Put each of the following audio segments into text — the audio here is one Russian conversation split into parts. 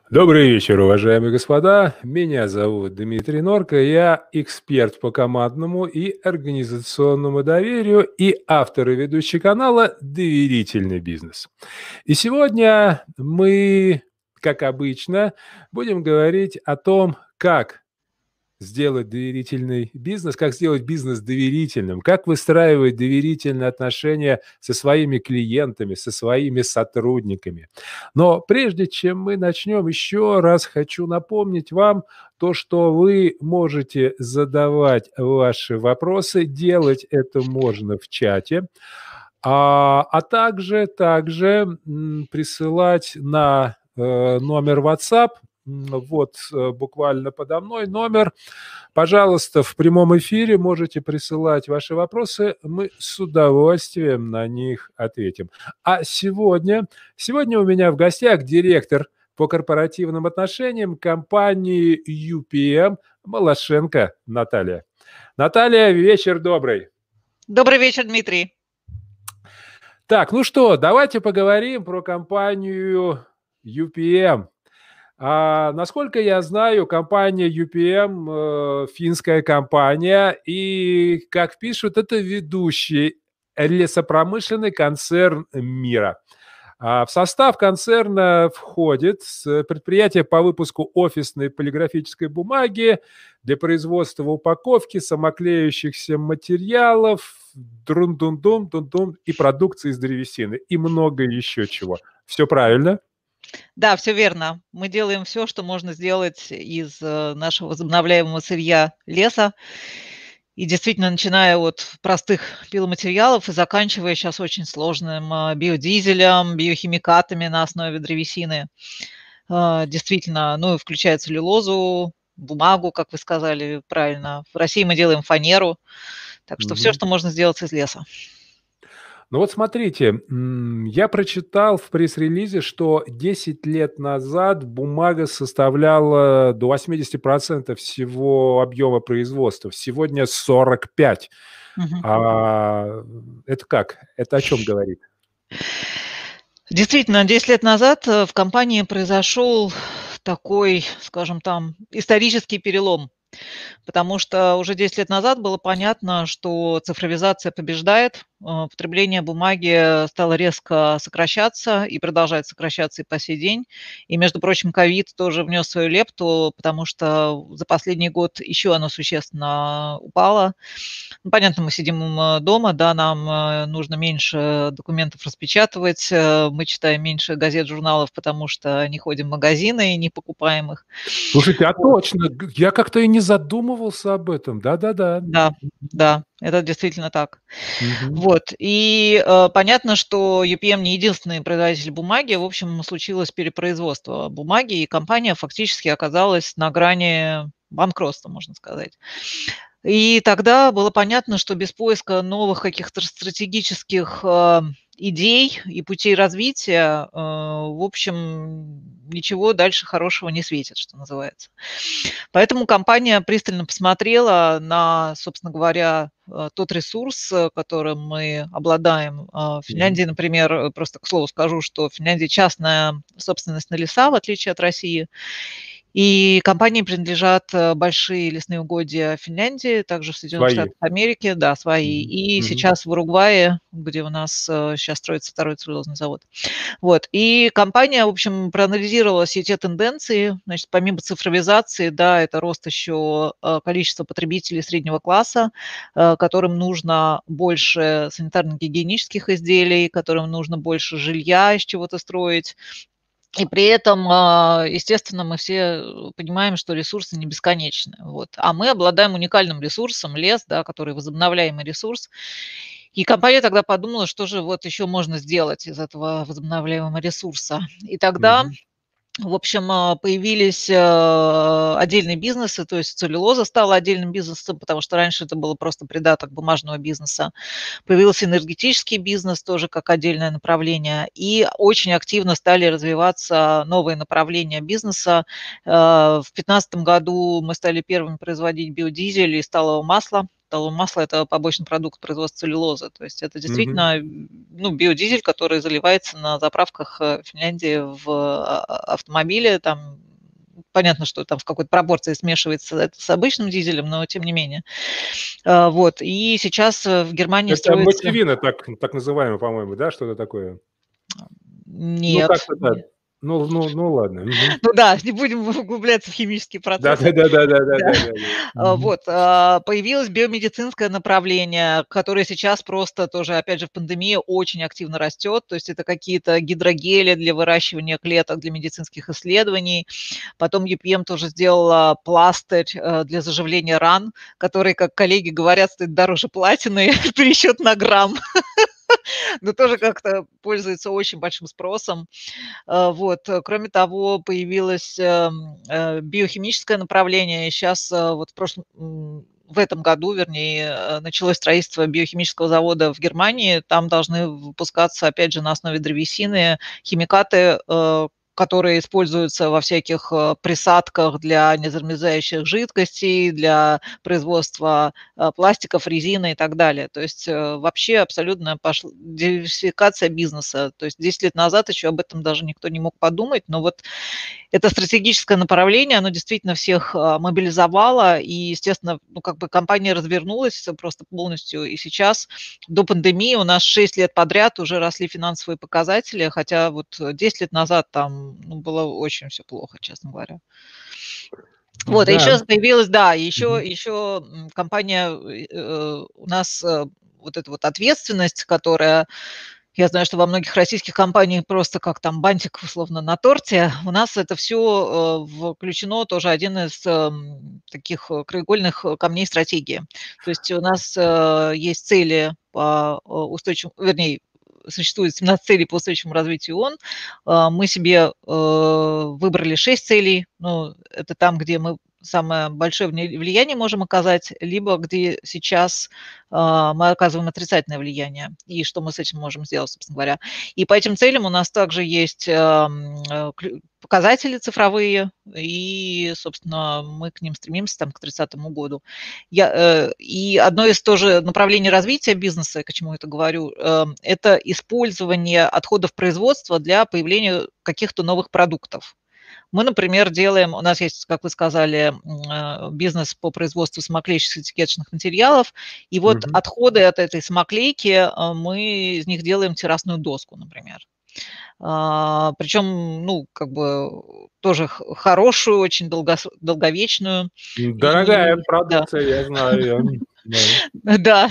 Добрый вечер, уважаемые господа. Меня зовут Дмитрий Норко. Я эксперт по командному и организационному доверию и автор и ведущий канала «Доверительный бизнес». И сегодня мы, как обычно, будем говорить о том, как сделать доверительный бизнес, как сделать бизнес доверительным, как выстраивать доверительные отношения со своими клиентами, со своими сотрудниками. Но прежде чем мы начнем, еще раз хочу напомнить вам то, что вы можете задавать ваши вопросы, делать это можно в чате, а также присылать на номер WhatsApp. Вот буквально подо мной номер. Пожалуйста, в прямом эфире можете присылать ваши вопросы. Мы с удовольствием на них ответим. А сегодня у меня в гостях директор по корпоративным отношениям компании UPM Малашенко Наталья. Наталья, вечер добрый. Добрый вечер, Дмитрий. Так, ну что, давайте поговорим про компанию UPM. Насколько я знаю, компания UPM финская компания, и, как пишут, это ведущий лесопромышленный концерн мира. В состав концерна входит предприятие по выпуску офисной полиграфической бумаги для производства упаковки, самоклеющихся материалов, друн-дун-дун, и продукции из древесины, и много еще чего. Все правильно? Да, все верно. Мы делаем все, что можно сделать из нашего возобновляемого сырья леса. И действительно, начиная от простых пиломатериалов и заканчивая сейчас очень сложным биодизелем, биохимикатами на основе древесины. Действительно, ну и включая целлюлозу, бумагу, как вы сказали правильно. В России мы делаем фанеру. Так что все, Мгм. что можно сделать из леса. Ну вот смотрите, я прочитал в пресс-релизе, что 10 лет назад бумага составляла до 80% всего объема производства. Сегодня 45. Мгм. Это как? Это о чем говорит? Действительно, 10 лет назад в компании произошел такой, скажем там, исторический перелом. Потому что уже 10 лет назад было понятно, что цифровизация побеждает, потребление бумаги стало резко сокращаться и продолжает сокращаться и по сей день. И, между прочим, ковид тоже внес свою лепту, потому что за последний год еще оно существенно упало. Ну, понятно, мы сидим дома, да, нам нужно меньше документов распечатывать, мы читаем меньше газет, журналов, потому что не ходим в магазины и не покупаем их. Слушайте, Вот. точно, я как-то и не задумывался об этом. Да-да-да. Да, да, это действительно так. Мгм. Вот, и, понятно, что UPM не единственный производитель бумаги. В общем, случилось перепроизводство бумаги, и компания фактически оказалась на грани банкротства, можно сказать. И тогда было понятно, что без поиска новых каких-то стратегических, идей и путей развития, в общем, ничего дальше хорошего не светит, что называется. Поэтому компания пристально посмотрела на, собственно говоря, тот ресурс, которым мы обладаем. В Мгм. Финляндии, например, просто к слову скажу, что в Финляндии частная собственность на леса, в отличие от России. И компании принадлежат большие лесные угодья Финляндии, также в Соединенных Свои. Штатах Америки, да, свои. Мгм. И Мгм. сейчас в Уругвае, где у нас сейчас строится второй целлюлозный завод. Вот. И компания, в общем, проанализировала все те тенденции. Значит, помимо цифровизации, да, это рост еще количества потребителей среднего класса, которым нужно больше санитарно-гигиенических изделий, которым нужно больше жилья, из чего-то строить. И при этом, естественно, мы все понимаем, что ресурсы не бесконечны. Вот. А мы обладаем уникальным ресурсом, лес, да, который возобновляемый ресурс. И компания тогда подумала, что же вот еще можно сделать из этого возобновляемого ресурса. И тогда Мгм. в общем, появились, отдельные бизнесы, то есть целлюлоза стала отдельным бизнесом, потому что раньше это было просто придаток бумажного бизнеса. Появился энергетический бизнес тоже как отдельное направление, и очень активно стали развиваться новые направления бизнеса. В 2015 году мы стали первыми производить биодизель и сталое масло. столовое масло – это побочный продукт производства целлюлозы. То есть это Мгм. действительно биодизель, который заливается на заправках Финляндии в автомобиле. Там понятно, что там в какой-то пропорции смешивается это с обычным дизелем, но тем не менее. Вот. И сейчас в Германии Это строится… мотивина, так называемая, по-моему, да, что-то такое? Ну, Нет. как-то да. Ну ладно. Мгм. Ну да, не будем углубляться в химические процессы. Да. Да-да-да-да-да-да-да-да. Мгм. Вот, появилось биомедицинское направление, которое сейчас просто тоже, опять же, в пандемии очень активно растет. То есть это какие-то гидрогели для выращивания клеток для медицинских исследований. Потом EPM тоже сделала пластырь, для заживления ран, который, как коллеги говорят, стоит дороже платины в пересчет на грамм, но тоже как-то пользуется очень большим спросом. Вот. Кроме того, появилось, биохимическое направление. Сейчас, вот в этом году, вернее, началось строительство биохимического завода в Германии. Там должны выпускаться, опять же, на основе древесины химикаты, которые используются во всяких, присадках для незамерзающих жидкостей, для производства, пластиков, резины и так далее. То есть, вообще абсолютно пошла диверсификация бизнеса. То есть 10 лет назад еще об этом даже никто не мог подумать, но вот это стратегическое направление, оно действительно всех, мобилизовало, и, естественно, ну, как бы компания развернулась просто полностью. И сейчас до пандемии у нас 6 лет подряд уже росли финансовые показатели, хотя вот 10 лет назад там, ну, было очень все плохо, честно говоря. Вот, а Да. еще появилась, да, еще Мгм. еще, компания, у нас, вот эта вот ответственность, которая, я знаю, что во многих российских компаниях просто как там бантик условно на торте. У нас это все включено, тоже один из, таких, краеугольных, камней стратегии. То есть у нас, есть цели по, устойчивому, вернее, существует 17 целей по устойчивому развитию ООН. Мы себе, выбрали 6 целей. Ну, это там, где мы самое большое влияние можем оказать, либо где сейчас, мы оказываем отрицательное влияние, и что мы с этим можем сделать, собственно говоря. И по этим целям у нас также есть, показатели цифровые, и, собственно, мы к ним стремимся там к 30 году. И одно из тоже направлений развития бизнеса, к чему это говорю, это использование отходов производства для появления каких-то новых продуктов. Мы, например, делаем, у нас есть, как вы сказали, бизнес по производству самоклеящихся этикеточных материалов, и вот Мгм. отходы от этой самоклейки, мы из них делаем террасную доску, например. Причем, ну, как бы тоже хорошую, очень долговечную. Дорогая И да, продукция, я знаю её. Да. да,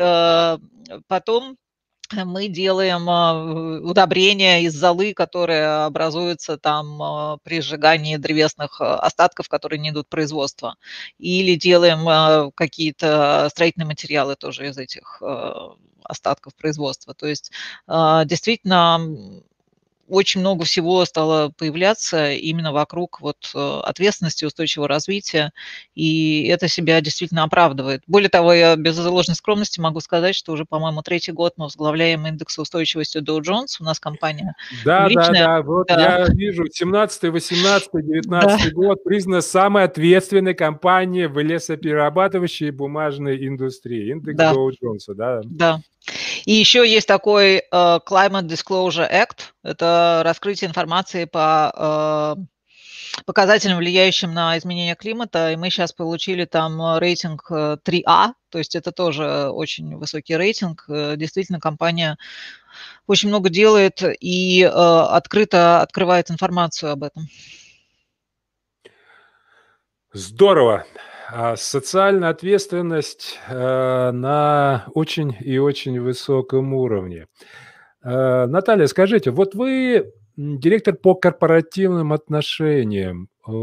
потом мы делаем, удобрения из золы, которые образуются там, при сжигании древесных, остатков, которые не идут в производство. Или делаем, какие-то строительные материалы тоже из этих, остатков производства. То есть, действительно, очень много всего стало появляться именно вокруг вот, ответственности, устойчивого развития, и это себя действительно оправдывает. Более того, я без ложной скромности могу сказать, что уже, по-моему, третий год мы возглавляем индекс устойчивости Dow Jones. У нас компания публичная. Да-да-да, вот Да, я вижу, 17-й, 18-й, да, 19-й год признана самой ответственной компанией в лесоперерабатывающей и бумажной индустрии. Индекс да, Доу Джонса, да. да. И еще есть такой, Climate Disclosure Act. Это раскрытие информации по, показателям, влияющим на изменение климата. И мы сейчас получили там, рейтинг, 3А, то есть это тоже очень высокий рейтинг. Действительно, компания очень много делает и, открыто открывает информацию об этом. Здорово. Социальная ответственность, на очень и очень высоком уровне. Наталья, скажите, вот вы, директор по корпоративным отношениям.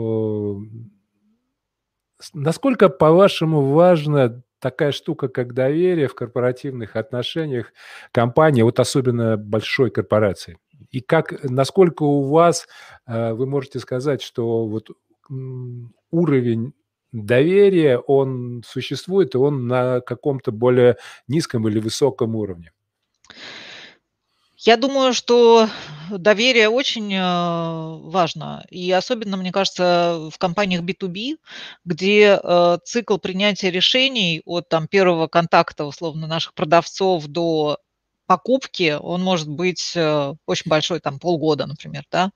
Насколько, по-вашему, важна такая штука, как доверие в корпоративных отношениях компании, вот особенно большой корпорации? И насколько у вас, вы можете сказать, что вот, уровень доверия, он существует, и он на каком-то более низком или высоком уровне? Я думаю, что доверие очень, важно. И особенно, мне кажется, в компаниях B2B, где, цикл принятия решений от там первого контакта, условно, наших продавцов до покупки, он может быть, очень большой, там полгода, например, да.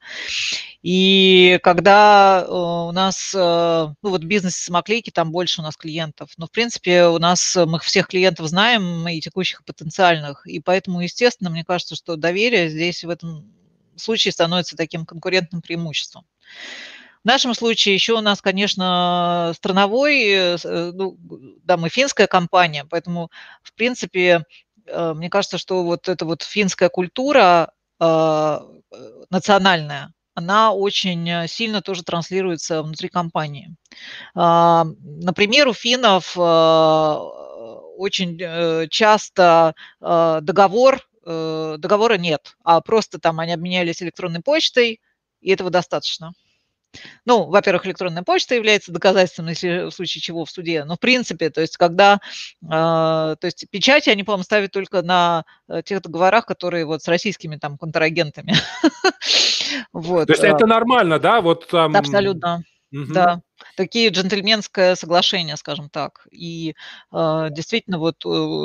И когда, у нас, ну, вот в бизнесе самоклейки, там больше у нас клиентов, но, в принципе, у нас, мы всех клиентов знаем, и текущих, и потенциальных, и поэтому, естественно, мне кажется, что доверие здесь в этом случае становится таким конкурентным преимуществом. В нашем случае еще у нас, конечно, страновой, ну, да, мы финская компания, поэтому, в принципе, мне кажется, что вот эта вот финская культура, национальная, она очень, сильно тоже транслируется внутри компании. Например, у финнов, очень, часто, договора нет, а просто там они обменялись электронной почтой, и этого достаточно. Ну, во-первых, электронная почта является доказательством, если в случае чего в суде. Но в принципе, то есть когда, то есть печати они, по-моему, ставят только на, тех договорах, которые вот с российскими там контрагентами. То Вот, есть это нормально, да? Вот там. абсолютно, Мгм. да. Такие джентльменское соглашение, скажем так. И, действительно, вот,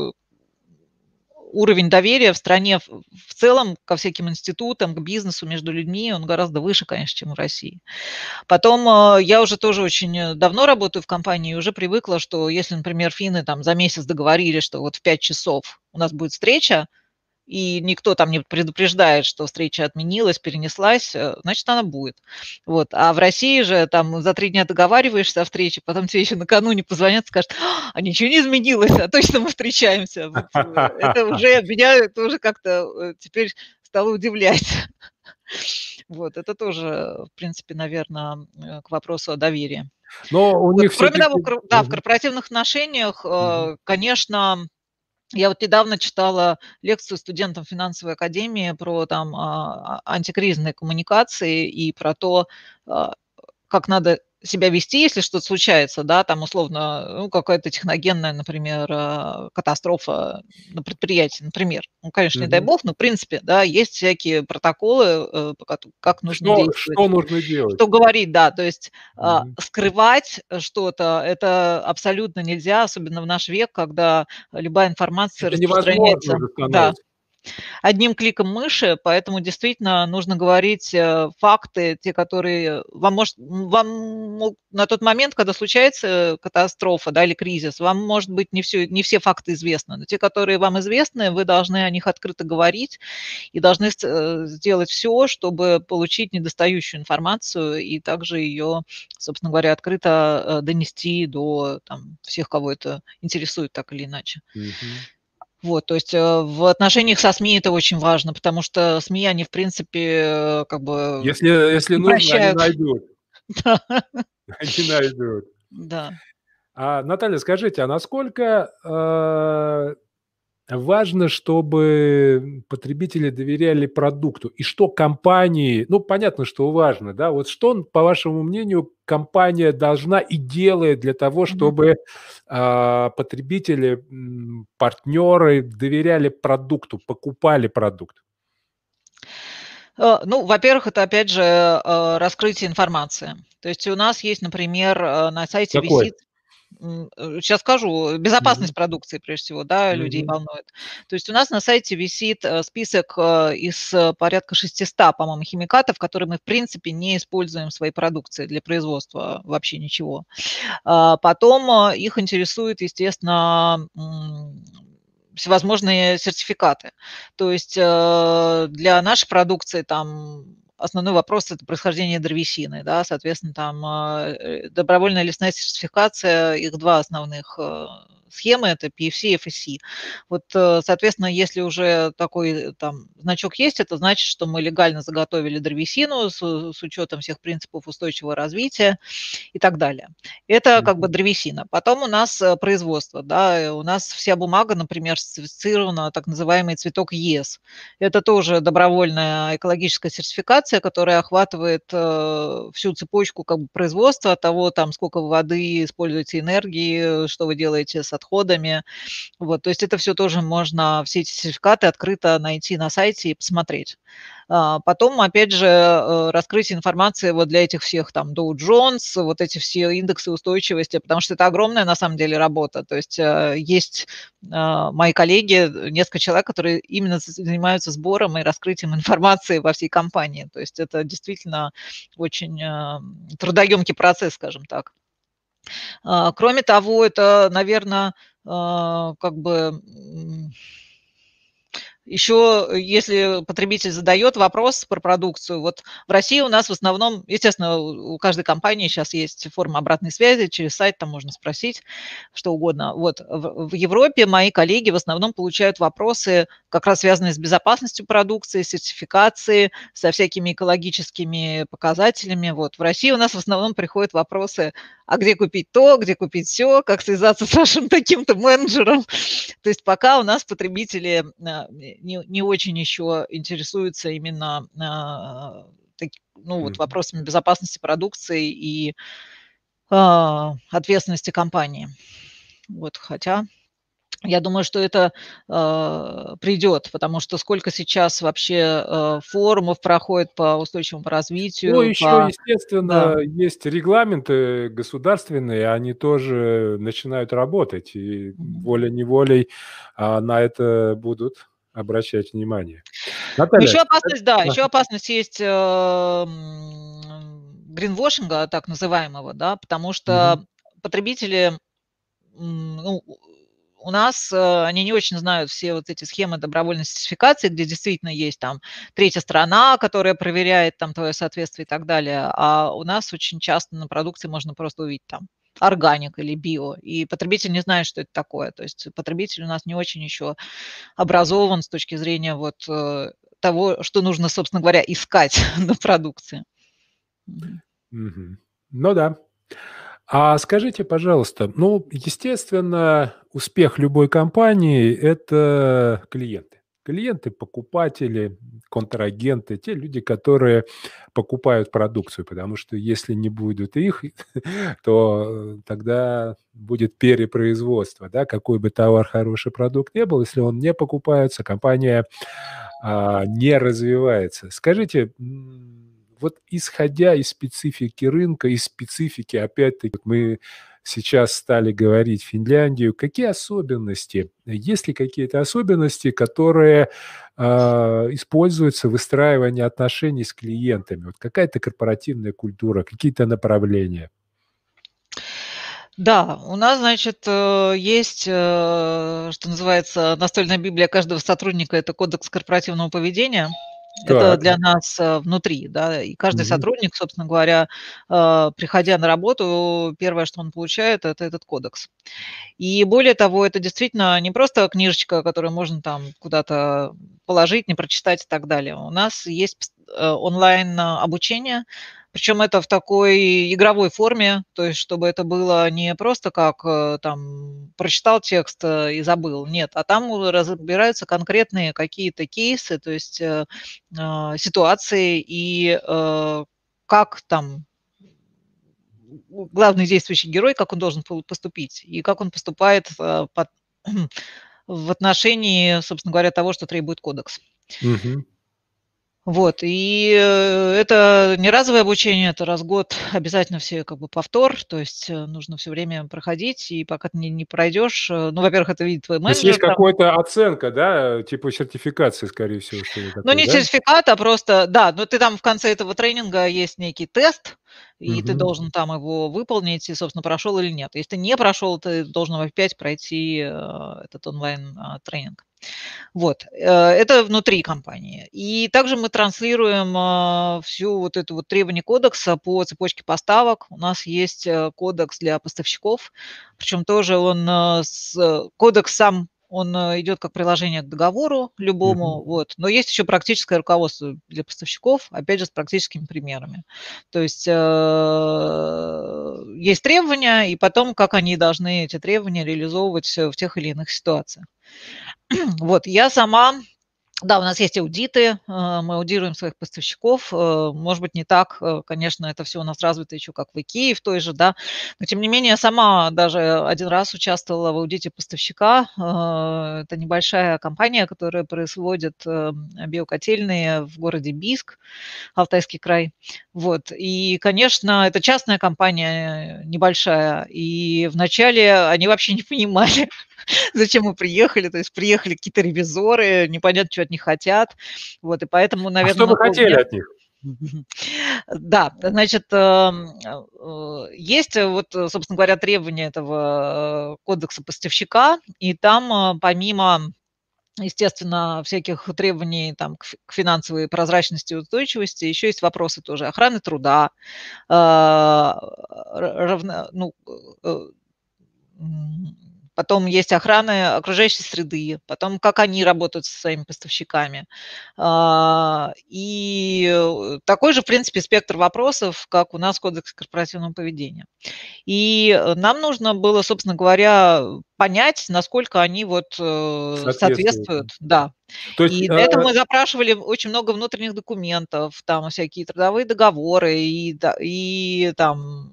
уровень доверия в стране в целом ко всяким институтам, к бизнесу, между людьми, он гораздо выше, конечно, чем в России. Потом, я уже тоже очень, давно работаю в компании и уже привыкла, что если, например, финны там за месяц договорились, что вот в 5 часов у нас будет встреча, и никто там не предупреждает, что встреча отменилась, перенеслась, значит, она будет. Вот. А в России же там за 3 дня договариваешься о встрече, потом тебе еще накануне позвонят, скажут: "А ничего не изменилось, а точно мы встречаемся". Вот, это уже меня это уже как-то, теперь стало удивлять. Вот, это тоже, в принципе, наверно, к вопросу о доверии. Но у Вот. них Кроме того, все-таки. да, в корпоративных отношениях, конечно, я вот недавно читала лекцию студентам финансовой академии про там, антикризисные коммуникации и про то, а, как надо себя вести, если что-то случается, да, там условно, ну, какая-то техногенная, например, катастрофа на предприятии, например. Ну, конечно, не дай бог, но в принципе, да, есть всякие протоколы, как нужно действовать. Что нужно делать? Что говорить, да, то есть, Мгм. скрывать что-то- это абсолютно нельзя, особенно в наш век, когда любая информация Это невозможно распространяется, уже да, становится. одним кликом мыши, поэтому действительно нужно говорить, факты, те, которые вам на тот момент, когда случается катастрофа, да, или кризис, вам, может быть, не все факты известны, но те, которые вам известны, вы должны о них открыто говорить и должны сделать все, чтобы получить недостающую информацию и также ее, собственно говоря, открыто, донести до там всех, кого это интересует так или иначе. Мгм. Вот, то есть, в отношениях со СМИ это очень важно, потому что СМИ, они, в принципе, как бы Если не нужно, они прощают. найдут. Да, Они найдут. да. Наталья, скажите, а насколько, важно, чтобы потребители доверяли продукту? И что компании, ну, понятно, что важно, да, вот что, по вашему мнению, компания должна и делает для того, Мгм. чтобы, потребители, партнеры доверяли продукту, покупали продукт? Ну, во-первых, это, опять же, раскрытие информации. То есть у нас есть, например, на сайте Какой? висит. Щас скажу. Безопасность Мгм. продукции, прежде всего, да, людей Мгм. волнует. То есть у нас на сайте висит, список, из, порядка 600, по-моему, химикатов, которые мы, в принципе, не используем в своей продукции для производства вообще ничего. Потом, их интересует, естественно, всевозможные сертификаты. То есть, для нашей продукции там основной вопрос- это происхождение древесины, да, соответственно, там, добровольная лесная сертификация, их 2 основных, схемы- это PFC и FSC. Вот, соответственно, если уже такой, там значок есть, это значит, что мы легально заготовили древесину с учетом всех принципов устойчивого развития и так далее. Это как бы Мгм. древесина. Потом у нас, производство, да, у нас вся бумага, например, сертифицирована, так называемый цветок ЕС. Это тоже добровольная экологическая сертификация, которая охватывает, всю цепочку как бы производства, от того, там, сколько вы воды используете, энергии, что вы делаете с отходами. Вот, то есть это все тоже можно, все эти сертификаты открыто найти на сайте и посмотреть. Потом, опять же, раскрытие информации вот для этих всех там Dow Jones, вот эти все индексы устойчивости, потому что это огромная на самом деле работа. То есть есть мои коллеги, несколько человек, которые именно занимаются сбором и раскрытием информации во всей компании. То есть это действительно очень трудоемкий процесс, скажем так. Кроме того, это, наверное, как бы еще, если потребитель задает вопрос про продукцию, вот в России у нас в основном, естественно, у каждой компании сейчас есть форма обратной связи, через сайт там можно спросить что угодно. Вот в Европе мои коллеги в основном получают вопросы, как раз связанные с безопасностью продукции, сертификацией, со всякими экологическими показателями. Вот в России у нас в основном приходят вопросы, а где купить то, где купить все, как связаться с вашим таким-то менеджером. То есть пока у нас потребители не очень еще интересуются именно вот вопросами безопасности продукции и ответственности компании. Вот, хотя я думаю, что это придет, потому что сколько сейчас вообще форумов проходит по устойчивому Ну, развитию, еще, да. естественно, есть регламенты государственные, они тоже начинают работать, и волей-неволей на это будут обращать внимание. Но Наталья, еще опасность, да, ага, еще опасность есть гринвошинга, так называемого, да, потому мгм, что потребители, ну, у нас они не очень знают все вот эти схемы добровольной сертификации, где действительно есть там третья сторона, которая проверяет там твое соответствие и так далее, а у нас очень часто на продукции можно просто увидеть там органик или био, и потребитель не знает, что это такое. То есть потребитель у нас не очень еще образован с точки зрения вот того, что нужно, собственно говоря, искать на продукции. Мгм. мгм. Ну да. А скажите, пожалуйста, ну, естественно, успех любой компании — это клиенты. Клиенты, покупатели, контрагенты, те люди, которые покупают продукцию, потому что если не будет их, то тогда будет перепроизводство, да, какой бы товар, хороший продукт не был, если он не покупается, компания не развивается. Скажите, вот исходя из специфики рынка, из специфики, опять-таки, вот мы сейчас стали говорить Финляндию, какие особенности, есть ли какие-то особенности, которые используются в выстраивании отношений с клиентами? Вот какая-то корпоративная культура, какие-то направления? Да, у нас, значит, есть, что называется, настольная библия каждого сотрудника — это кодекс корпоративного поведения. Это Так. для нас внутри, да, и каждый Мгм. сотрудник, собственно говоря, приходя на работу, первое, что он получает, это этот кодекс. И более того, это действительно не просто книжечка, которую можно там куда-то положить, не прочитать и так далее. У нас есть онлайн обучение, причем это в такой игровой форме, то есть чтобы это было не просто как там прочитал текст и забыл, нет, а там разбираются конкретные какие-то кейсы, то есть ситуации и как там главный действующий герой, как он должен поступить и как он поступает в отношении, собственно говоря, того, что требует кодекс. Мгм. Вот, и это не разовое обучение, это раз в год обязательно все как бы повтор, то есть нужно все время проходить, и пока ты не пройдешь, ну, во-первых, это видит твой То есть есть менеджер там. какая-то оценка, да, типа сертификации, скорее всего, что-то Ну, такое, не да? сертификат, а просто, да, но ты там в конце этого тренинга есть некий тест, и ты Мгм. должен там его выполнить, и, собственно, прошел или нет. Если ты не прошел, ты должен опять пройти этот онлайн тренинг. Вот, это внутри компании. И также мы транслируем всю вот эту вот требования кодекса по цепочке поставок. У нас есть кодекс для поставщиков, причем тоже он кодекс сам он идет как приложение к договору Мгм. любому, вот. Но есть еще практическое руководство для поставщиков, опять же, с практическими примерами. То есть есть требования, и потом, как они должны эти требования реализовывать в тех или иных ситуациях. Вот, я сама Да, у нас есть аудиты, мы аудируем своих поставщиков. Может быть, не так, конечно, это все у нас развито еще как в «Икее» в той же, да, но тем не менее я сама даже один раз участвовала в аудите поставщика. Это небольшая компания, которая производит, биокотельные в городе Бийск, Алтайский край. Вот. И, конечно, это частная компания, небольшая, и вначале они вообще не понимали, зачем мы приехали. То есть приехали какие-то ревизоры, непонятно, чё от них хотят. Вот, и поэтому, А наверно, что вы на хотели полдня. от них? Да, значит, есть вот, собственно говоря, требования этого, кодекса поставщика, и там, помимо, естественно, всяких требований там к финансовой прозрачности и устойчивости, еще есть вопросы тоже охраны труда, а, равно ну, э, м, потом есть охрана окружающей среды, потом как они работают со своими поставщиками. Такой же, в принципе, спектр вопросов, как у нас Кодекс корпоративного поведения. Нам нужно было, собственно говоря, понять, насколько они вот, Соответствует. соответствуют, да. То есть, И для этого мы запрашивали очень много внутренних документов, там всякие трудовые договоры и там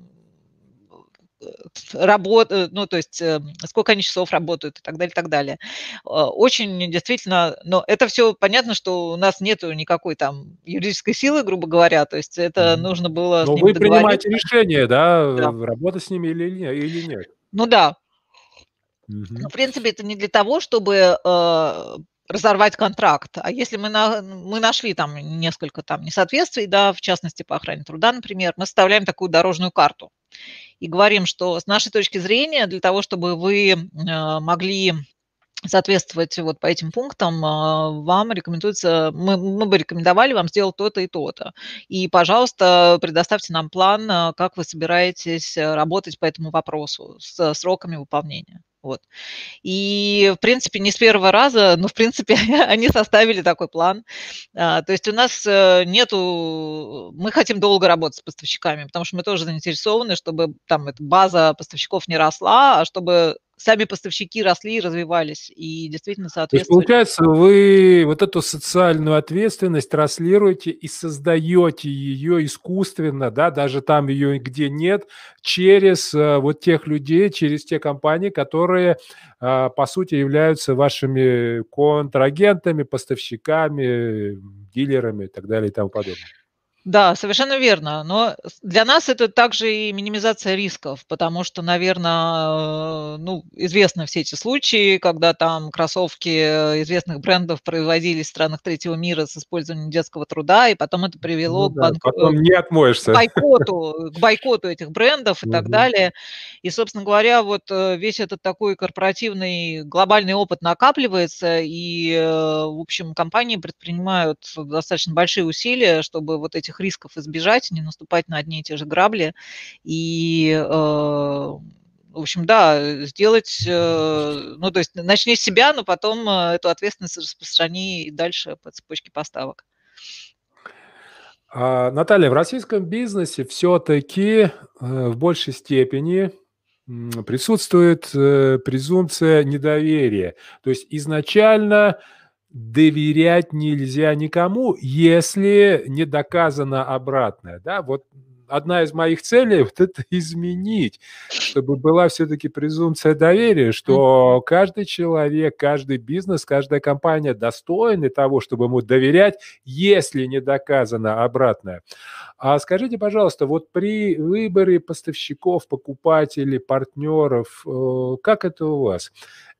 ну, то есть, сколько они часов работают и так далее, и так далее. Очень действительно, но это все понятно, что у нас нету никакой там юридической силы, грубо говоря, то есть это мгм. нужно было с Но ними вы принимаете договориться. решение, да, Да. работать с ними или нет? Ну да. Ну, Мгм. в принципе, это не для того, чтобы, разорвать контракт. А если мы нашли там несколько там несоответствий, да, в частности, по охране труда, например, мы составляем такую дорожную карту и говорим, что с нашей точки зрения для того, чтобы вы, могли соответствовать вот по этим пунктам, вам рекомендуется мы бы рекомендовали вам сделать то-то и то-то. И, пожалуйста, предоставьте нам план, как вы собираетесь, работать по этому вопросу с сроками выполнения. Вот. И, в принципе, не с первого раза, но, в принципе, они составили такой план. То есть у нас, нету мы хотим долго работать с поставщиками, потому что мы тоже заинтересованы, чтобы там эта база поставщиков не росла, а чтобы сами поставщики росли и развивались, и действительно То есть, соответствовали. получается, вы вот эту социальную ответственность транслируете и создаете ее искусственно, да, даже там ее где нет, через, вот тех людей, через те компании, которые, по сути, являются вашими контрагентами, поставщиками, дилерами и так далее и тому подобное. Да, совершенно верно. Но для нас это также и минимизация рисков, потому что, наверно, ну, известны все эти случаи, когда там кроссовки, известных брендов производились в странах третьего мира с использованием детского труда, и потом это Ну привело да, потом не к отмоешься. бойкоту этих брендов и так Мгм. далее. И, собственно говоря, вот, весь этот такой корпоративный глобальный опыт накапливается, в общем, компании предпринимают достаточно большие усилия, чтобы вот этих рисков избежать, не наступать на одни и те же грабли. В общем, да, сделать, ну, то есть начни с себя, но потом, эту ответственность распространи и дальше по цепочке поставок. Наталья, в российском бизнесе все-таки в большей степени присутствует презумпция недоверия. То есть изначально доверять нельзя никому, если не доказано обратное. Да? Вот одна из моих целей вот это изменить, чтобы была все-таки презумпция доверия, что каждый человек, каждый бизнес, каждая компания достойны того, чтобы ему доверять, если не доказано обратное. А скажите, пожалуйста, вот при выборе поставщиков, покупателей, партнеров, как это у вас?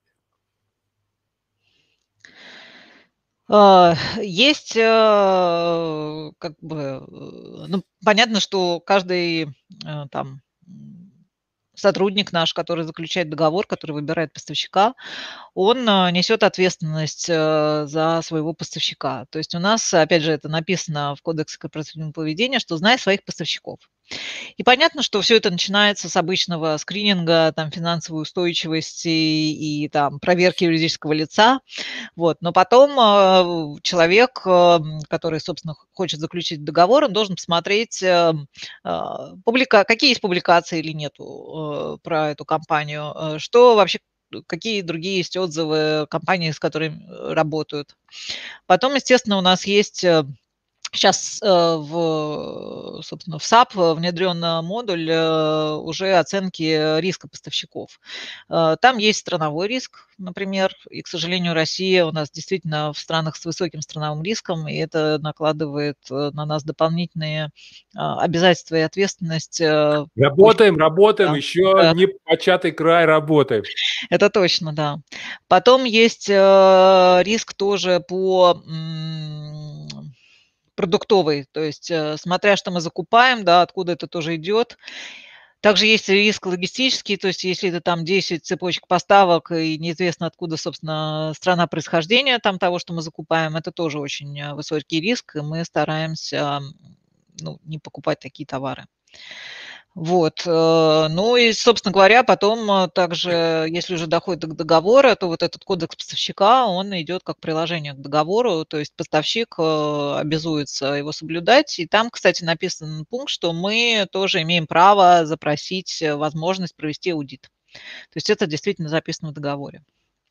Есть, как бы, ну, понятно, что каждый, там, сотрудник наш, который заключает договор, который выбирает поставщика, он, несет ответственность, за своего поставщика. То есть у нас, опять же, это написано в Кодексе корпоративного поведения, что знай своих поставщиков. И понятно, что все это начинается с обычного скрининга, там, финансовой устойчивости и там проверки юридического лица. Вот. Но потом, человек, который, собственно, хочет заключить договор, он должен посмотреть, какие есть публикации или нету, про эту компанию, что вообще какие другие есть отзывы компаний, с которыми работают. Потом, естественно, у нас есть сейчас собственно, в SAP внедрен модуль уже оценки риска поставщиков. Там есть страновой риск, например, и, к сожалению, Россия у нас действительно в странах с высоким страновым риском, и это накладывает на нас дополнительные обязательства и ответственность. Работаем, работаем, Да, еще да, не початый край, работаем. это точно, да. Потом есть риск тоже по продуктовый, то есть, смотря что мы закупаем, да, откуда это тоже идет. Также есть риск логистический, то есть если это там 10 цепочек поставок и неизвестно откуда, собственно, страна происхождения там того, что мы закупаем, это тоже очень высокий риск, и мы стараемся, ну, не покупать такие товары. Вот, ну и, собственно говоря, потом также, если уже доходит до договора, то вот этот кодекс поставщика, он идет как приложение к договору, то есть поставщик обязуется его соблюдать. И там, кстати, написан пункт, что мы тоже имеем право запросить возможность провести аудит. То есть это действительно записано в договоре.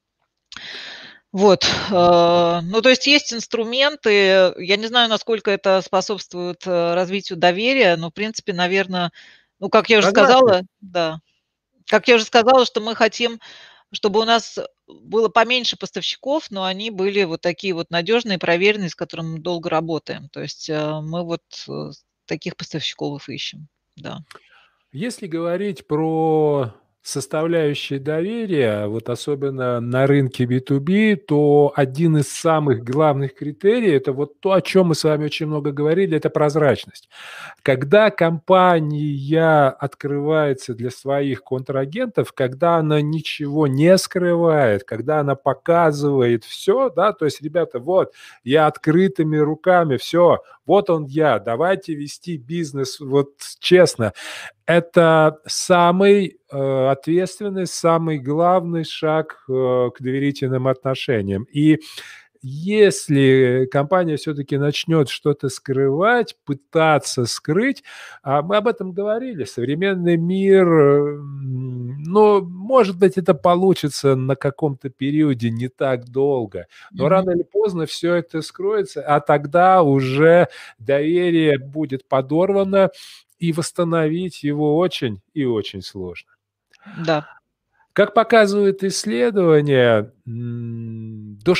Вот, ну, то есть инструменты. Я не знаю, насколько это способствует развитию доверия, но, в принципе, наверное, ну, как я уже Прозрачность. сказала, да, как я уже сказала, что мы хотим, чтобы у нас было поменьше поставщиков, но они были вот такие вот надежные, проверенные, с которыми мы долго работаем. То есть мы вот таких поставщиков ищем, да. Если говорить про составляющие доверия, вот особенно на рынке B2B, то один из самых главных критерий — это вот то, о чем мы с вами очень много говорили — это прозрачность. Когда компания открывается для своих контрагентов, когда она ничего не скрывает, когда она показывает все, да, то есть, ребята, вот, я открытыми руками, все, вот он я, давайте вести бизнес вот честно. Это самый ответственный, самый главный шаг к доверительным отношениям. И если компания все-таки начнет что-то скрывать, пытаться скрыть, мы об этом говорили, современный мир, ну, может быть, это получится на каком-то периоде не так долго, но Мгм. рано или поздно все это скроется, а тогда уже доверие будет подорвано, и восстановить его очень и очень сложно. Да. Как показывают исследования, до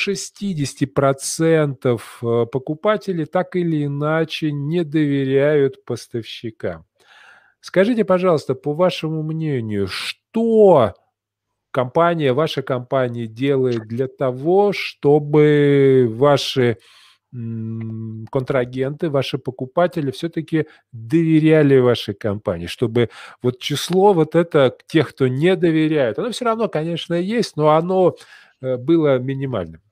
60% покупателей так или иначе не доверяют поставщикам. Скажите, пожалуйста, по вашему мнению, что ваша компания делает для того, чтобы ваши контрагенты, ваши покупатели все-таки доверяли вашей компании, чтобы вот число вот это тех, кто не доверяет, оно все равно, конечно, есть, но оно было минимальным.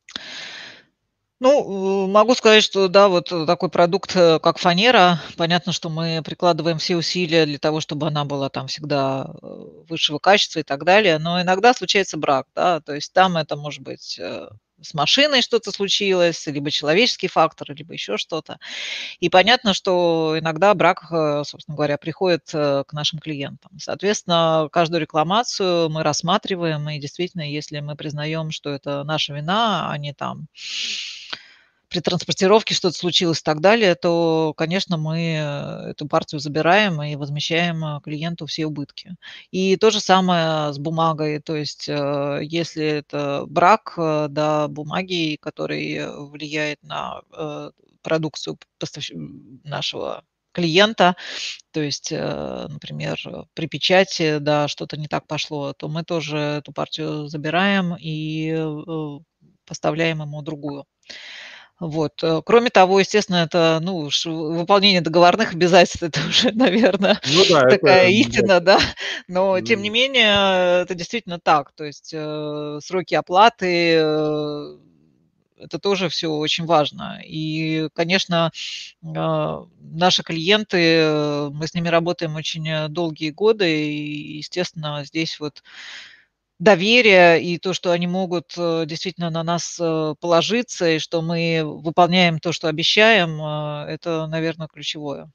Ну, могу сказать, что да, вот такой продукт, как фанера, понятно, что мы прикладываем все усилия для того, чтобы она была там всегда высшего качества и так далее, но иногда случается брак, да, то есть там это может быть с машиной что-то случилось, либо человеческий фактор, либо еще что-то. И понятно, что иногда брак, собственно говоря, приходит к нашим клиентам. Соответственно, каждую рекламацию мы рассматриваем, и действительно, если мы признаем, что это наша вина, а не там при транспортировке что-то случилось и так далее, то, конечно, мы эту партию забираем и возмещаем клиенту все убытки. И то же самое с бумагой. То есть, если это брак, да, бумаги, который влияет на продукцию нашего клиента, то есть, например, при печати, да, что-то не так пошло, то мы тоже эту партию забираем и поставляем ему другую. Вот. Кроме того, естественно, это, ну уж выполнение договорных обязательств — это уже, наверное, Ну да, это такая истина, да. Но тем не м, менее, это действительно так. То есть, сроки оплаты, это тоже все очень важно. И, конечно, наши клиенты, мы с ними работаем очень, долгие годы, и, естественно, здесь вот доверие и то, что они могут, действительно на нас, положиться, и что мы выполняем то, что обещаем, это, наверное, ключевое.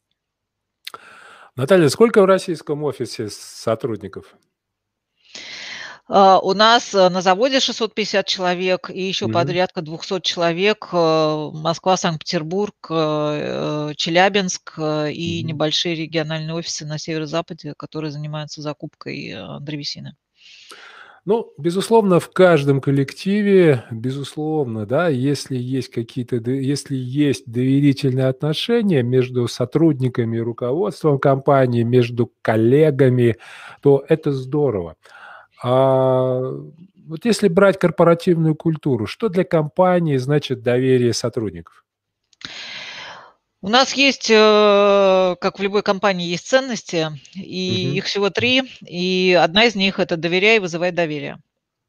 Наталья, сколько в российском офисе сотрудников? У нас, на заводе 650 человек и еще Мгм. порядка 200 человек, Москва, Санкт-Петербург, Челябинск, и Мгм. небольшие региональные офисы на северо-западе, которые занимаются закупкой, древесины. Ну, безусловно, в каждом коллективе, безусловно, да, если есть доверительные отношения между сотрудниками и руководством компании, между коллегами, то это здорово. А, вот если брать корпоративную культуру, что для компании значит доверие сотрудников? У нас есть, как в любой компании, есть ценности, и Мгм. их всего 3, и одна из них — это "доверяй и вызывай доверие".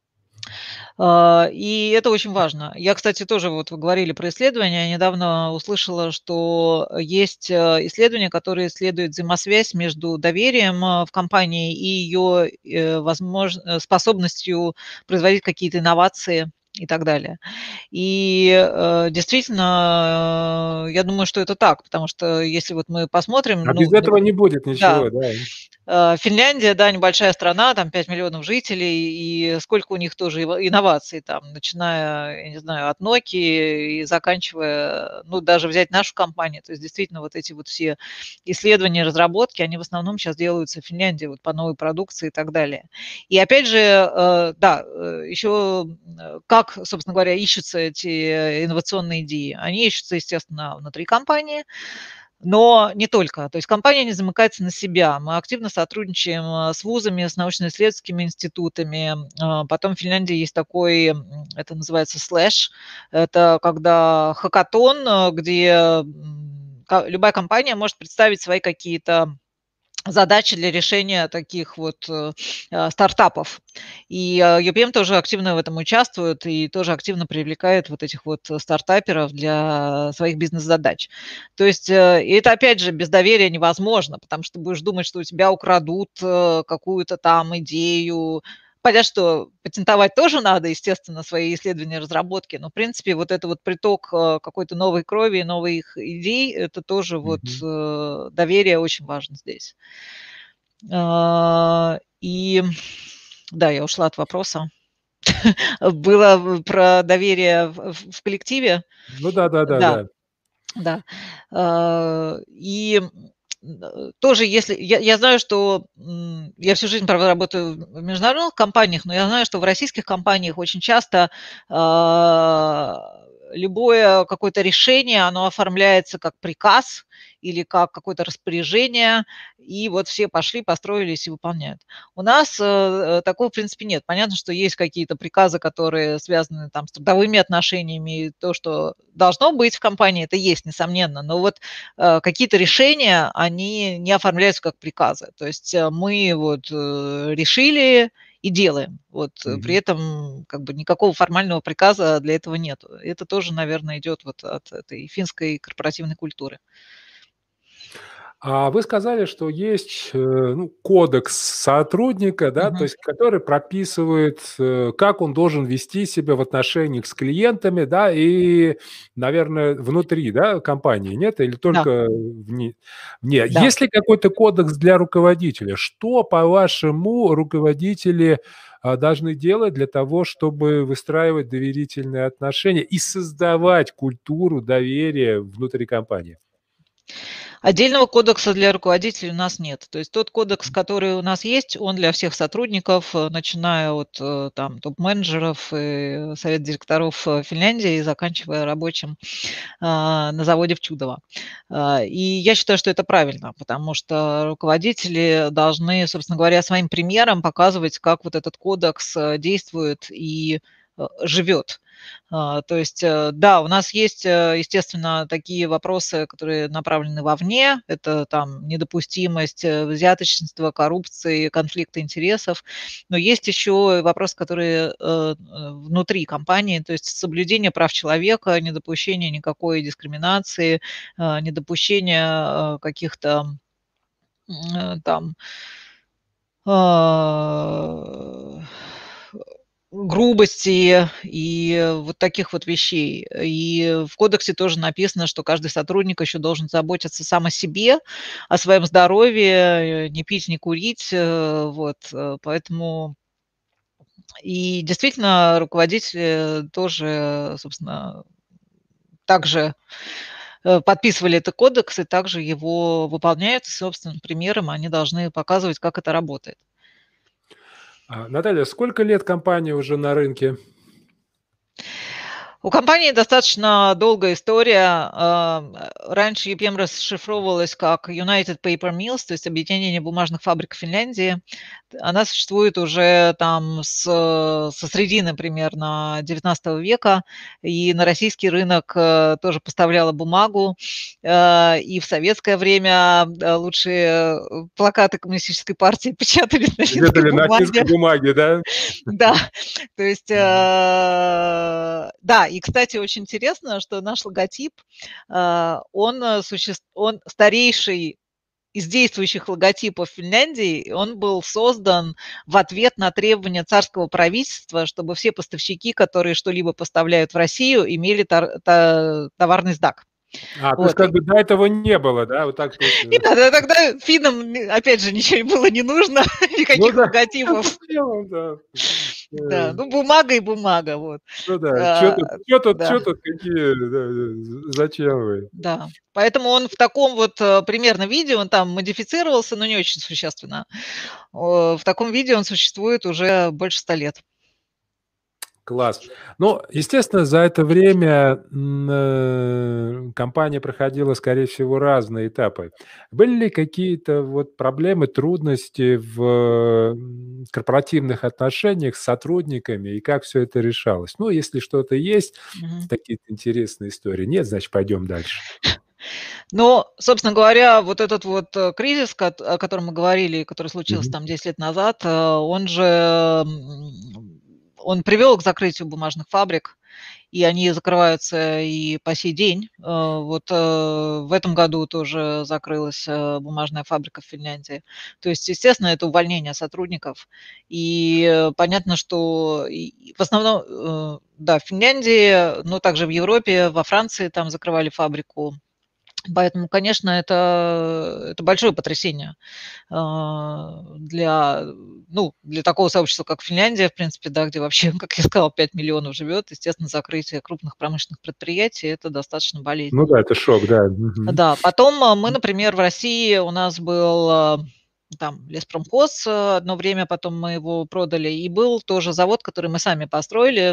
И это очень важно. Я, кстати, тоже, вот вы говорили про исследования, я недавно услышала, что есть, исследования, которые исследуют взаимосвязь между доверием, в компании и ее способностью производить какие-то инновации и так далее. И, действительно, я думаю, что это так, потому что если вот мы посмотрим, А ну, без этого не будет да. ничего, да. Финляндия, да, небольшая страна, там 5 миллионов жителей, и сколько у них тоже инноваций, там, начиная, я не знаю, от Nokia и заканчивая, ну, даже взять нашу компанию. То есть действительно вот эти вот все исследования, разработки, они в основном сейчас делаются в Финляндии вот по новой продукции и так далее. И опять же, да, еще как, собственно говоря, ищутся эти инновационные идеи? Они ищутся, естественно, внутри компании, но не только. То есть компания не замыкается на себя. Мы активно сотрудничаем, с вузами, с научно-исследовательскими институтами. Потом в Финляндии есть такой, это называется слэш. Это когда хакатон, где, любая компания может представить свои какие-то задачи для решения таких вот, стартапов. И, UPM тоже активно в этом участвует и тоже активно привлекает вот этих вот стартаперов для своих бизнес-задач. То есть, и это опять же без доверия невозможно, потому что ты будешь думать, что у тебя украдут, какую-то там идею. Понятно, что патентовать тоже надо, естественно, свои исследования, разработки, но, в принципе, вот это вот приток, какой-то новой крови, новых идей — это тоже вот, Мгм. доверие очень важно здесь. И да, я ушла от вопроса. Было про доверие в коллективе. Ну Да, да-да-да-да. да. И, тоже если я знаю, что, я всю жизнь, правда, работаю в международных компаниях, но я знаю, что в российских компаниях очень часто, любое какое-то решение, оно оформляется как приказ или как какое-то распоряжение, и вот все пошли, построились и выполняют. У нас, такого, в принципе, нет. Понятно, что есть какие-то приказы, которые связаны там с трудовыми отношениями, и то, что должно быть в компании, это есть, несомненно. Но вот, какие-то решения, они не оформляются как приказы. То есть, мы вот, решили и делаем. Вот, при Мгм. этом как бы никакого формального приказа для этого нету. Это тоже, наверное, идет вот от этой финской корпоративной культуры. А вы сказали, что есть, ну, кодекс сотрудника, да, то Мгм. есть который прописывает, как он должен вести себя в отношениях с клиентами, да, и, наверное, внутри, да, компании, нет? Или Да, только вне? да. Есть ли какой-то кодекс для руководителя? Что, по-вашему, руководители, должны делать для того, чтобы выстраивать доверительные отношения и создавать культуру доверия внутри компании? Отдельного кодекса для руководителей у нас нет. То есть тот кодекс, который у нас есть, он для всех сотрудников, начиная от там топ-менеджеров и совет директоров Финляндии и заканчивая рабочим на заводе в Чудово. И я считаю, что это правильно, потому что руководители должны, собственно говоря, своим примером показывать, как вот этот кодекс действует и живет. То есть, да, у нас есть, естественно, такие вопросы, которые направлены вовне. Это там недопустимость взяточничества, коррупции, конфликта интересов. Но есть еще вопросы, которые внутри компании, то есть соблюдение прав человека, недопущение никакой дискриминации, недопущение каких-то там а, грубости и вот таких вот вещей. И в кодексе тоже написано, что каждый сотрудник еще должен заботиться сам о себе, о своем здоровье, не пить, не курить. Вот, поэтому И действительно, руководители тоже, собственно, также подписывали этот кодекс и также его выполняют. И собственным примером они должны показывать, как это работает. Наталья, сколько лет компания уже на рынке? У компании достаточно долгая история. Раньше EPM расшифровывалась как United Paper Mills, то есть Объединение бумажных фабрик Финляндии. Она существует уже там со средины примерно XIX века, и на российский рынок тоже поставляла бумагу. И в советское время лучшие плакаты коммунистической партии печатались на финской Где-то на финской бумаге. бумаге, да? Да, то есть, Мгм. да, и, кстати, очень интересно, что наш логотип, он старейший из действующих логотипов Финляндии. И он был создан в ответ на требования царского правительства, чтобы все поставщики, которые что-либо поставляют в Россию, имели товарный знак. То есть Вот, как бы до этого не было, да? Вот так нет, получилось. тогда финнам, опять же, ничего было не нужно, Ну никаких да, логотипов. зачем, да. Да, Э, ну, бумага и бумага, вот. ну да, чё А, тут чё тут да, чё тут какие, зачем вы? да. Поэтому он в таком вот, примерно виде, он там модифицировался, но не очень существенно. В таком виде он существует уже больше 100 лет. Класс. Ну, естественно, за это время, компания проходила, скорее всего, разные этапы. Были ли какие-то вот проблемы, трудности в, корпоративных отношениях с сотрудниками, и как все это решалось? Ну, если что-то есть, Мгм. какие-то интересные истории. Нет, значит, пойдем дальше. Но, собственно говоря, вот этот вот, кризис, о котором мы говорили, который случился Мгм. там 10 лет назад, он же, он привел к закрытию бумажных фабрик. И они закрываются и по сей день. Вот, в этом году тоже закрылась, бумажная фабрика в Финляндии. То есть, естественно, это увольнение сотрудников. И, понятно, что в основном, да, в Финляндии, но также в Европе, во Франции там закрывали фабрику. Поэтому, конечно, это большое потрясение, для, ну, для такого сообщества, как Финляндия, в принципе, да, где вообще, как я сказала, 5 миллионов живет. Естественно, закрытие крупных промышленных предприятий - это достаточно Ну болезненно. да, это шок, да. Мгм. Да, потом, мы, например, в России у нас был, там леспромхоз, одно время, потом мы его продали, и был тоже завод, который мы сами построили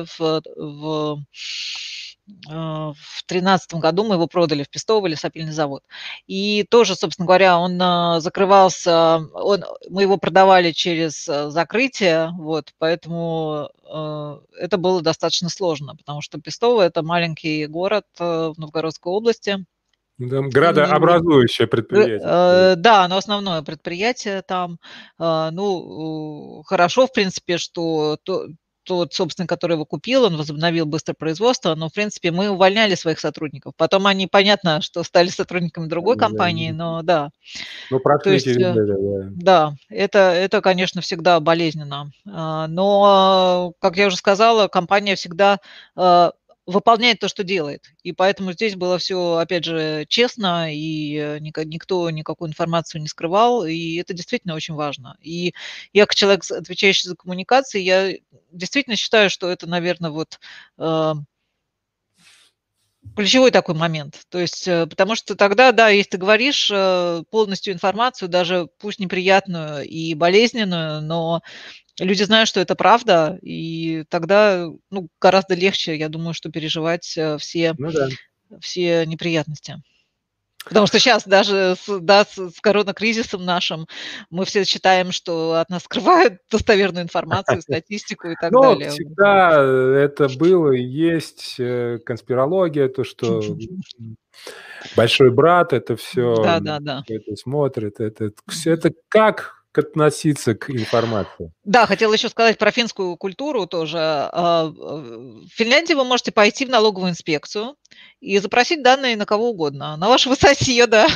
в 13 году мы его продали в Пестово, лесопильный завод. И тоже, собственно говоря, он, закрывался, мы его продавали через, закрытие, вот, поэтому, это было достаточно сложно, потому что Пестово - это маленький город, в Новгородской области. Да, И, градообразующее предприятие, скорее. да, оно основное предприятие там. Ну, хорошо, в принципе, что тот собственник, который его купил, он возобновил быстро производство, но, в принципе, мы увольняли своих сотрудников. Потом они, понятно, что стали сотрудниками другой компании, Да-да-да. но да. Ну, То прошли есть, через это, да. да, это, конечно, всегда болезненно. Но, как я уже сказала, компания всегда, выполняет то, что делает. И поэтому здесь было все, опять же, честно, и, никто никакую информацию не скрывал, и это действительно очень важно. И я, как человек, отвечающий за коммуникации, я действительно считаю, что это, наверное, вот, э ключевой такой момент. То есть, потому что тогда, да, если ты говоришь, полностью информацию, даже пусть неприятную и болезненную, но люди знают, что это правда, и тогда, ну, гораздо легче, я думаю, что переживать, Ну да. все неприятности. Потому что сейчас даже с коронакризисом нашим мы все считаем, что от нас скрывают достоверную информацию, статистику и так Ну, далее. всегда это было и есть, конспирология, то, что, большой брат это все Да-да-да. это смотрит. Это как относиться к информации? Да, хотела еще сказать про финскую культуру тоже. В Финляндии вы можете пойти в налоговую инспекцию и запросить данные на кого угодно, на вашего соседа,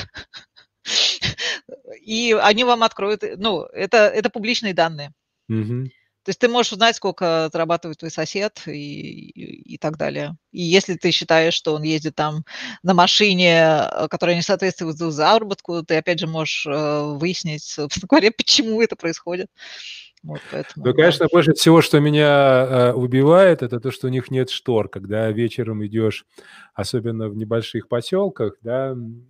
и они вам откроют, ну, это публичные данные. Мгм. То есть ты можешь узнать, сколько зарабатывает твой сосед и так далее. И если ты считаешь, что он ездит там на машине, которая не соответствует заработку, ты опять же можешь, выяснить, собственно говоря, почему это происходит. Вот поэтому, Ну, да. конечно, больше всего, что меня убивает, это то, что у них нет штор. Когда вечером идешь, особенно в небольших поселках, да,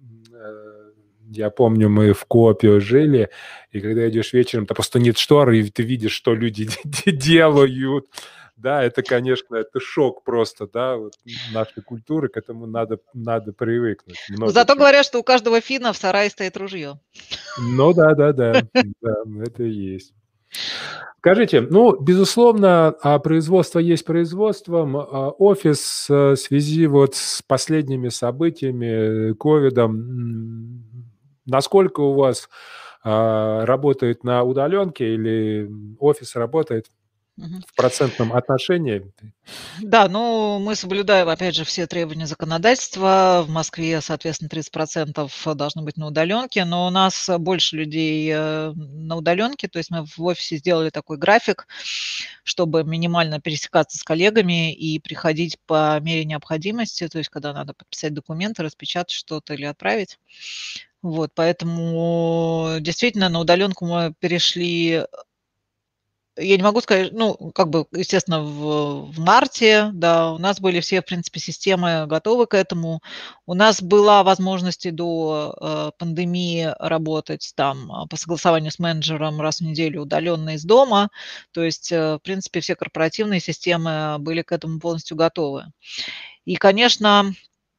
я помню, мы в Коопе жили, и когда идешь вечером, то просто нет штор, и ты видишь, что люди делают. Да, это, конечно, это шок просто, да, вот нашей культуры, к этому надо привыкнуть. Но Много зато чего. говорят, что у каждого финна в сарае стоит ружье. Ну да, да, это и есть. Скажите, ну, безусловно, производство есть производством. Офис в связи вот с последними событиями, ковидом, насколько у вас работает на удаленке или офис работает Мгм. в процентном отношении? Да, ну, мы соблюдаем, опять же, все требования законодательства. В Москве, соответственно, 30% должны быть на удаленке, но у нас больше людей на удаленке, то есть мы в офисе сделали такой график, чтобы минимально пересекаться с коллегами и приходить по мере необходимости, то есть когда надо подписать документы, распечатать что-то или отправить. Вот, поэтому действительно на удаленку мы перешли. Я не могу сказать, ну, как бы, естественно, в марте, да, у нас были все, в принципе, системы готовы к этому. У нас была возможность и до, пандемии работать там, по согласованию с менеджером раз в неделю удаленно из дома. То есть, в принципе, все корпоративные системы были к этому полностью готовы. И, конечно,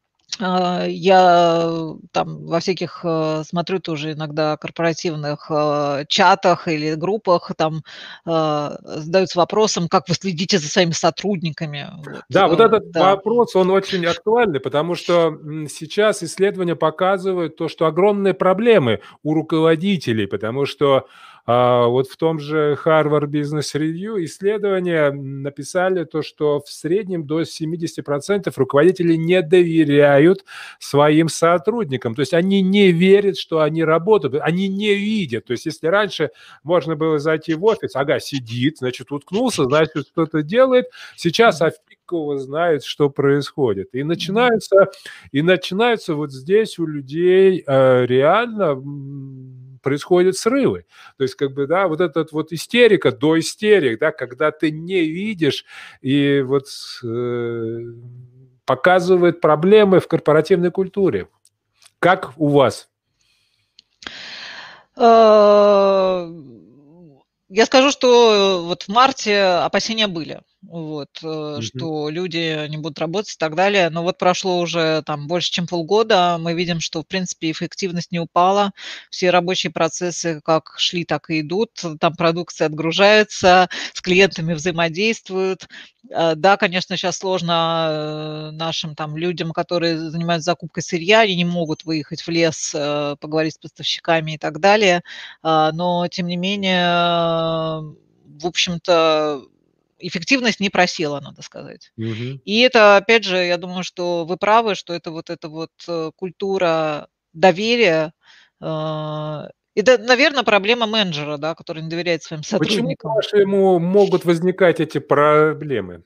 я там во всяких, смотрю тоже иногда корпоративных, чатах или группах, там, задаются вопросом, как вы следите за своими сотрудниками. Вот, Да, вот этот да. вопрос, он очень актуальный, потому что сейчас исследования показывают то, что огромные проблемы у руководителей, потому что вот в том же Harvard Business Review исследования написали то, что в среднем до 70% руководителей не доверяют своим сотрудникам, то есть они не верят, что они работают, они не видят. То есть если раньше можно было зайти в офис, ага, сидит, значит, уткнулся, значит, что-то делает, сейчас Мгм. фиг его знает, что происходит. И Мгм. начинаются вот здесь у людей реально происходят срывы. То есть, как бы, да, вот этот вот истерика до истерик, да, когда ты не видишь и вот показывает проблемы в корпоративной культуре. Как у вас? Э, я скажу, что вот в марте опасения были, вот, Мгм. что люди не будут работать и так далее. Но вот прошло уже там больше, чем полгода. Мы видим, что, в принципе, эффективность не упала. Все рабочие процессы как шли, так и идут. Там продукция отгружается, с клиентами взаимодействуют. Да, конечно, сейчас сложно, нашим там людям, которые занимаются закупкой сырья, они не могут выехать в лес, поговорить с поставщиками и так далее. Но тем не менее, в общем-то, эффективность не просела, надо сказать. Мгм. И это, опять же, я думаю, что вы правы, что это вот эта вот, культура доверия. Это, наверно, проблема менеджера, да, который не доверяет своим Почему, сотрудникам. по-вашему, могут возникать эти проблемы?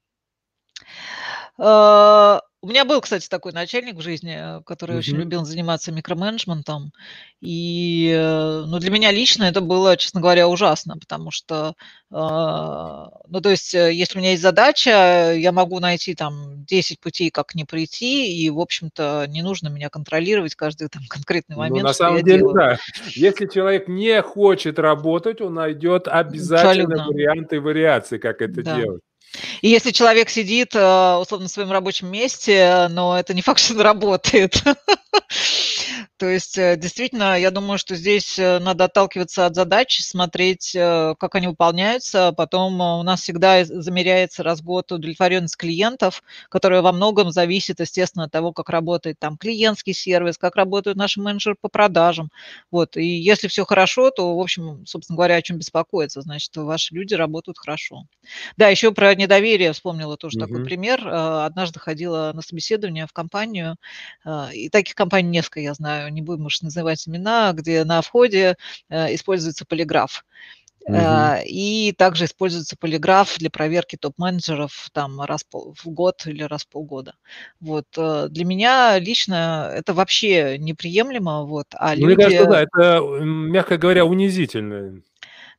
У меня был, кстати, такой начальник в жизни, который очень Мгм. любил заниматься микроменеджментом. И, ну, для меня лично это было, честно говоря, ужасно, потому что, ну, то есть, если у меня есть задача, я могу найти там 10 путей, как не прийти, и, в общем-то, не нужно меня контролировать каждый там конкретный Ну, момент, на что я самом деле, делаю. да. Если человек не хочет работать, он найдет обязательно Абсолютно, варианты вариаций, как это да. делать. И если человек сидит, условно, в своем рабочем месте, но это не факт, что он работает. То есть, действительно, я думаю, что здесь, надо отталкиваться от задач, смотреть, как они выполняются. Потом, у нас всегда замеряется раз в год удовлетворенность клиентов, которая во многом зависит, естественно, от того, как работает там клиентский сервис, как работают наши менеджеры по продажам. Вот, и если все хорошо, то, в общем, собственно говоря, о чем беспокоиться, значит, ваши люди работают хорошо. Да, еще про недоверие вспомнила тоже такой Мгм. пример. Однажды ходила на собеседование в компанию, и таких компаний несколько я знаю, не будем уж называть имена, где на входе, используется полиграф. Мгм. И также используется полиграф для проверки топ-менеджеров там в год или раз в полгода. Вот, для меня лично это вообще неприемлемо, вот, а Ну, мне кажется, люди. да, это, мягко говоря, унизительно.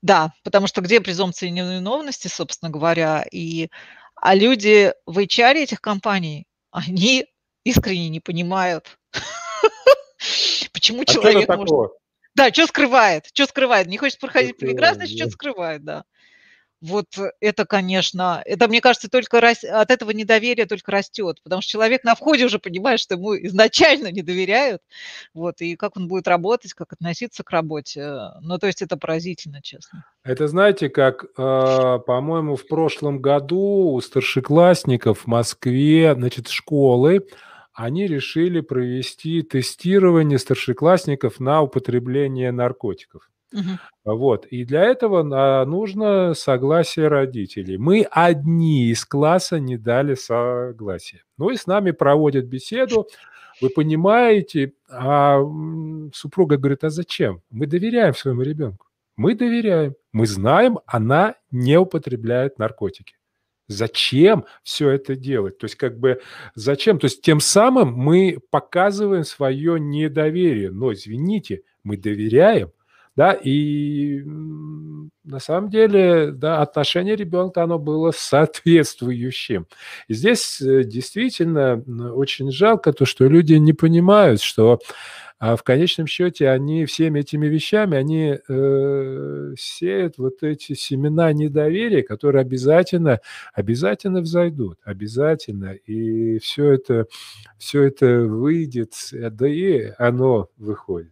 Да, потому что где презумпция невиновности, собственно говоря, а люди в HR этих компаний, они искренне не понимают, почему А чё это человек может. такого? Да, чё скрывает, чё скрывает? Не хочет Чё проходить полиграф, скрывает, значит, да. чё-то скрывает, да. Вот это, конечно, это, мне кажется, только от этого недоверие только растет, потому что человек на входе уже понимает, что ему изначально не доверяют, вот, и как он будет работать, как относиться к работе. Ну, то есть это поразительно, честно. Это знаете, как, по-моему, в прошлом году у старшеклассников в Москве, значит, школы, они решили провести тестирование старшеклассников на употребление наркотиков. Мгм. Вот. И для этого нужно согласие родителей. Мы одни из класса не дали согласия. Ну и с нами проводят беседу. Вы понимаете, супруга говорит: "А зачем? Мы доверяем своему ребенку. Мы доверяем. Мы знаем, она не употребляет наркотики. Зачем все это делать?" То есть как бы зачем? То есть тем самым мы показываем свое недоверие. Но извините, мы доверяем, да, и, на самом деле, да, отношение ребенка, оно было соответствующим. И здесь, действительно, очень жалко то, что люди не понимают, что, в конечном счете они всеми этими вещами, они, сеют вот эти семена недоверия, которые обязательно взойдут, обязательно. И все это выйдет, да и оно выходит.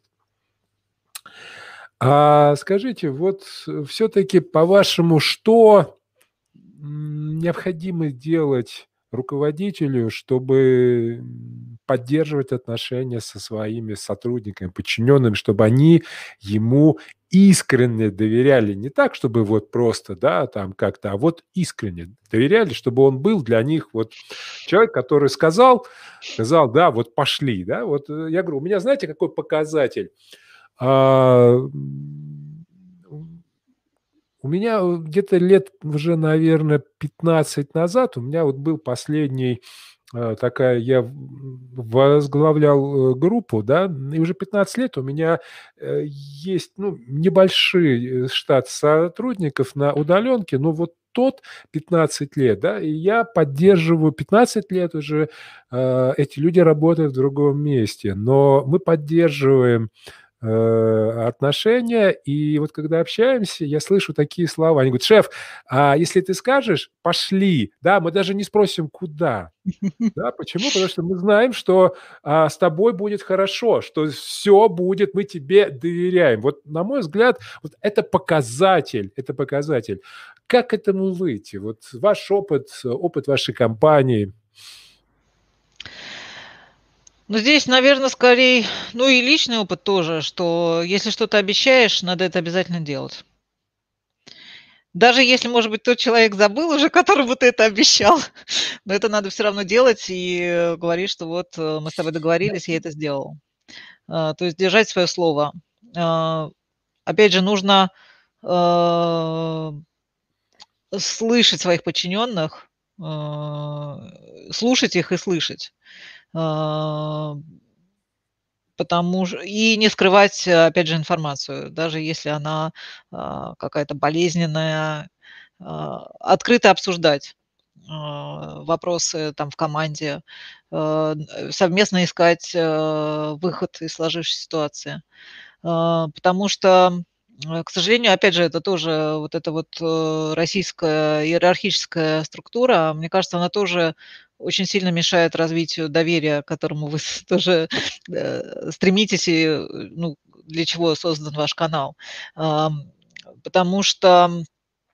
А скажите, вот, все-таки, по-вашему, что, необходимо делать руководителю, чтобы, поддерживать отношения со своими сотрудниками, подчиненными, чтобы они ему искренне доверяли? Не так, чтобы вот просто, да, там как-то, а вот искренне доверяли, чтобы он был для них вот человек, который сказал: "Да, вот пошли", да. Вот, я говорю, у меня знаете, какой показатель? А, у меня, где-то лет уже, наверное, 15 назад у меня вот был последний, такая я возглавлял, группу, да, и уже 15 лет у меня, есть, ну, небольшой, штат сотрудников на удаленке, но вот тот 15 лет, да, и я поддерживаю 15 лет уже, эти люди работают в другом месте, но мы поддерживаем отношения. И вот когда общаемся, я слышу такие слова. Они говорят: "Шеф, а если ты скажешь, пошли". Да, мы даже не спросим, куда. Да, почему? Потому что мы знаем, что, с тобой будет хорошо, что все будет, мы тебе доверяем. Вот, на мой взгляд, вот это показатель, это показатель. Как к этому выйти? Вот ваш опыт, опыт вашей компании. Ну, здесь, наверное, скорее, ну, и личный опыт тоже, что если что-то обещаешь, надо это обязательно делать. Даже если, может быть, тот человек забыл уже, которому ты это обещал, но это надо все равно делать и, говорить, что вот, мы с тобой договорились, я это сделал. То есть держать свое слово. А, Опять же, нужно, а, слышать своих подчиненных, слушать их и слышать. А, Потому ш и не скрывать, опять же, информацию, даже если она, какая-то болезненная, открыто обсуждать, вопросы там в команде, совместно искать, выход из сложившейся ситуации. Потому что, к сожалению, опять же, это тоже вот эта вот, российская иерархическая структура, мне кажется, она тоже очень сильно мешает развитию доверия, к которому вы тоже, стремитесь и, ну, для чего создан ваш канал. Потому что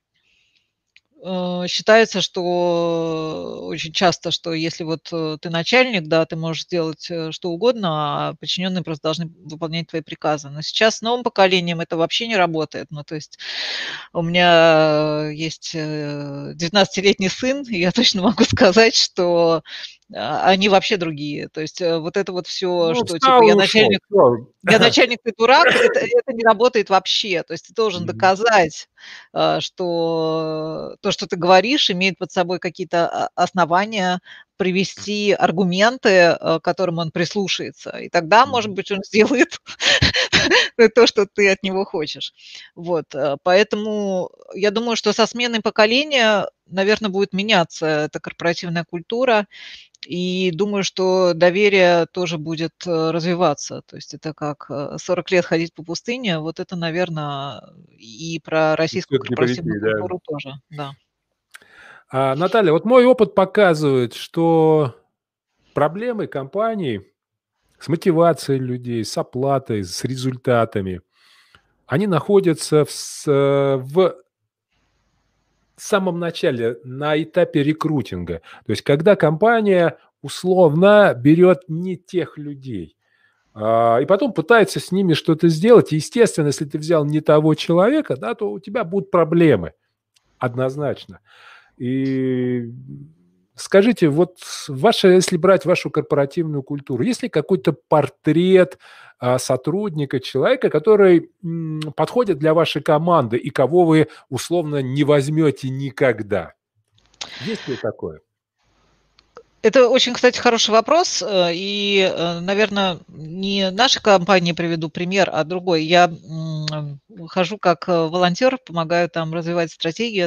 считается, что очень часто, что если вот, ты начальник, да, ты можешь сделать, что угодно, а подчиненные просто должны выполнять твои приказы. Но сейчас с новым поколением это вообще не работает. Ну, то есть у меня есть, 19-летний сын, и я точно могу сказать, что, они вообще другие. То есть, вот это вот все, Ну, что типа встал и ушел. Всё. я начальник, ты дурак, это не работает вообще. То есть ты должен Мгм. доказать, что то, что ты говоришь, имеет под собой какие-то основания, привести аргументы, к которым он прислушается. И тогда, может быть, он сделает то, что ты от него хочешь. Вот, поэтому я думаю, что со сменой поколения, наверно, будет меняться эта корпоративная культура. И думаю, что доверие тоже будет, развиваться. То есть это как, 40 лет ходить по пустыне. Вот это, наверно, и про российскую Никуда не корпоративную полетит, да. культуру тоже, да. Наталья, вот мой опыт показывает, что проблемы компаний с мотивацией людей, с оплатой, с результатами, они находятся в самом начале, на этапе рекрутинга. То есть когда компания условно берет не тех людей, и потом пытается с ними что-то сделать. И, естественно, если ты взял не того человека, да, то у тебя будут проблемы однозначно. И скажите, вот если брать вашу корпоративную культуру, есть ли какой-то портрет сотрудника, человека, который подходит для вашей команды и кого вы условно не возьмете никогда? Есть ли такое? Это очень, кстати, хороший вопрос. И, наверно, не нашей компании приведу пример, а другой. Я, хожу как, волонтер, помогаю там развивать стратегию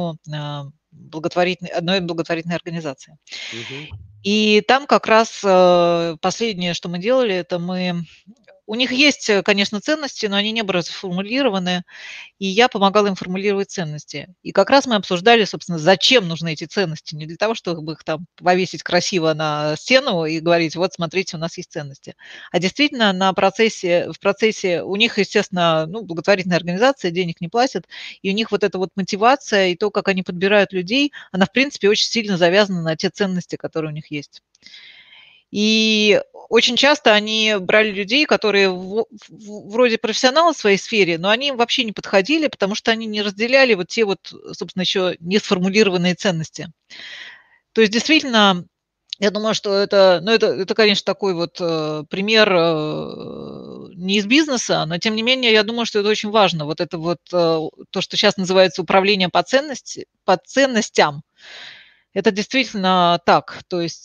одной благотворительной организации. Мгм. И там как раз, последнее, что мы делали, это у них есть, конечно, ценности, но они не были сформулированы, и я помогала им формулировать ценности. И как раз мы обсуждали, собственно, зачем нужны эти ценности. Не для того, чтобы их там повесить красиво на стену и говорить: "Вот смотрите, у нас есть ценности". А действительно в процессе у них, естественно, ну, благотворительная организация, денег не платят, и у них вот эта вот мотивация и то, как они подбирают людей, она, в принципе, очень сильно завязана на те ценности, которые у них есть. И очень часто они брали людей, которые вроде профессионалы в своей сфере, но они им вообще не подходили, потому что они не разделяли вот те вот, собственно, еще не сформулированные ценности. То есть действительно, я думаю, что это, конечно, такой вот, пример, не из бизнеса, но тем не менее, я думаю, что это очень важно. Вот это вот, то, что сейчас называется управление по ценностям. Это действительно так. То есть,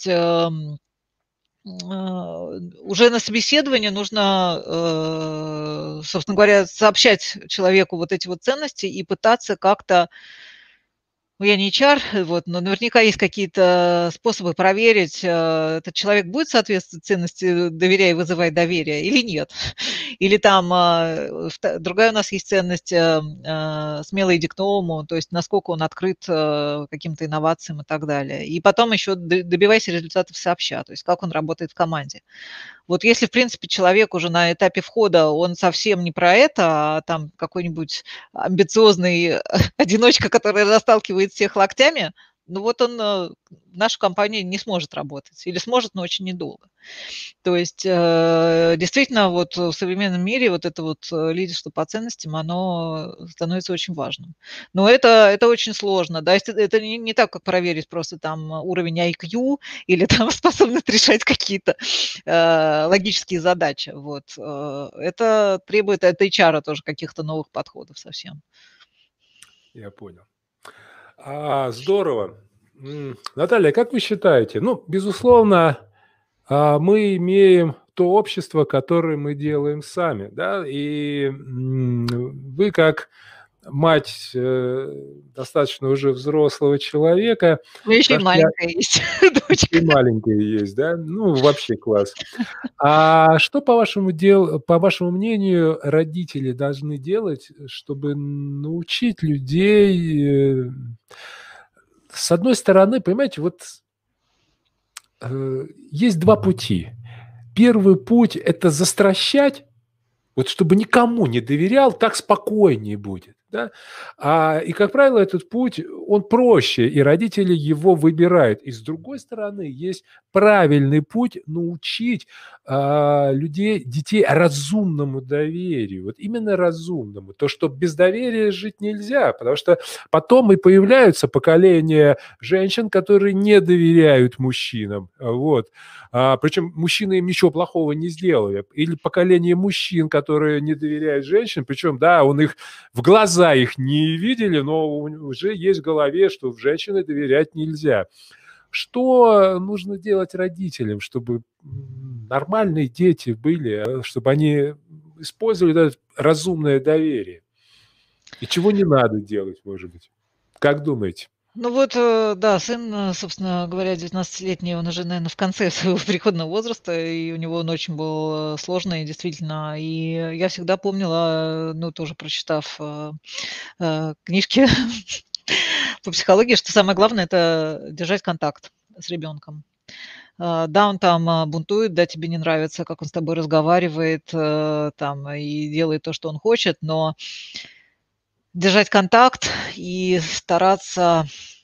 уже на собеседовании нужно, собственно говоря, сообщать человеку вот эти вот ценности и пытаться как-то, ну, я не HR, вот, но наверняка есть какие-то способы проверить, этот человек будет соответствовать ценности "доверяй, вызывай доверие" или нет. Или там, другая у нас есть ценность, "смело иди к новому", то есть насколько он открыт, каким-то инновациям и так далее. И потом еще добивайся результатов сообща, то есть как он работает в команде. Вот если, в принципе, человек уже на этапе входа, он совсем не про это, а там какой-нибудь амбициозный одиночка, который расталкивает всех локтями, ну вот он, в нашей компании не сможет работать или сможет, но очень недолго. То есть, действительно, вот в современном мире вот это вот, лидерство по ценностям, оно становится очень важным. Но это очень сложно, да, это не так, как проверить просто там уровень IQ или там способность решать какие-то, логические задачи. Вот, это требует от HR тоже каких-то новых подходов совсем. Я понял. Здорово. Наталья, как вы считаете? Ну, безусловно, мы имеем то общество, которое мы делаем сами, да, и вы как мать достаточно уже взрослого человека У меня еще и прошли, маленькая есть и дочка. маленькая есть, да, ну, вообще класс. Что, по вашему мнению, родители должны делать, чтобы научить людей? С одной стороны, понимаете, вот есть два пути. Первый путь – это застращать, вот чтобы никому не доверял, так спокойнее будет. Да? И, как правило, этот путь, он проще, и родители его выбирают. И с другой стороны, есть правильный путь научить детей разумному доверию. Вот именно разумному. То, что без доверия жить нельзя, потому что потом и появляются поколения женщин, которые не доверяют мужчинам. Вот. Причем мужчины им ничего плохого не сделали. Или поколение мужчин, которые не доверяют женщинам, причем, да, он их в глаза их не видели, но уже есть в голове, что в женщины доверять нельзя. Что нужно делать родителям, чтобы нормальные дети были, чтобы они использовали это разумное доверие? И чего не надо делать, может быть? Как думаете? Ну вот, да, сын, собственно говоря, 19-летний, он уже, наверно, в конце своего переходного возраста, и у него он очень был, сложный, действительно. И я всегда помнила, ну, тоже прочитав, книжки по психологии, что самое главное — это держать контакт с ребенком. Да, он там, бунтует, да, тебе не нравится, как он с тобой разговаривает, там и делает то, что он хочет, но держать контакт и стараться,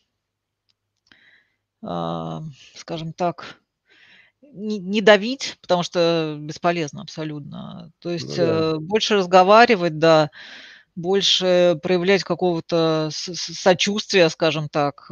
а, скажем так, не давить, потому что бесполезно абсолютно. То есть, Ну да. больше разговаривать, да, больше проявлять какого-то сочувствия, скажем так.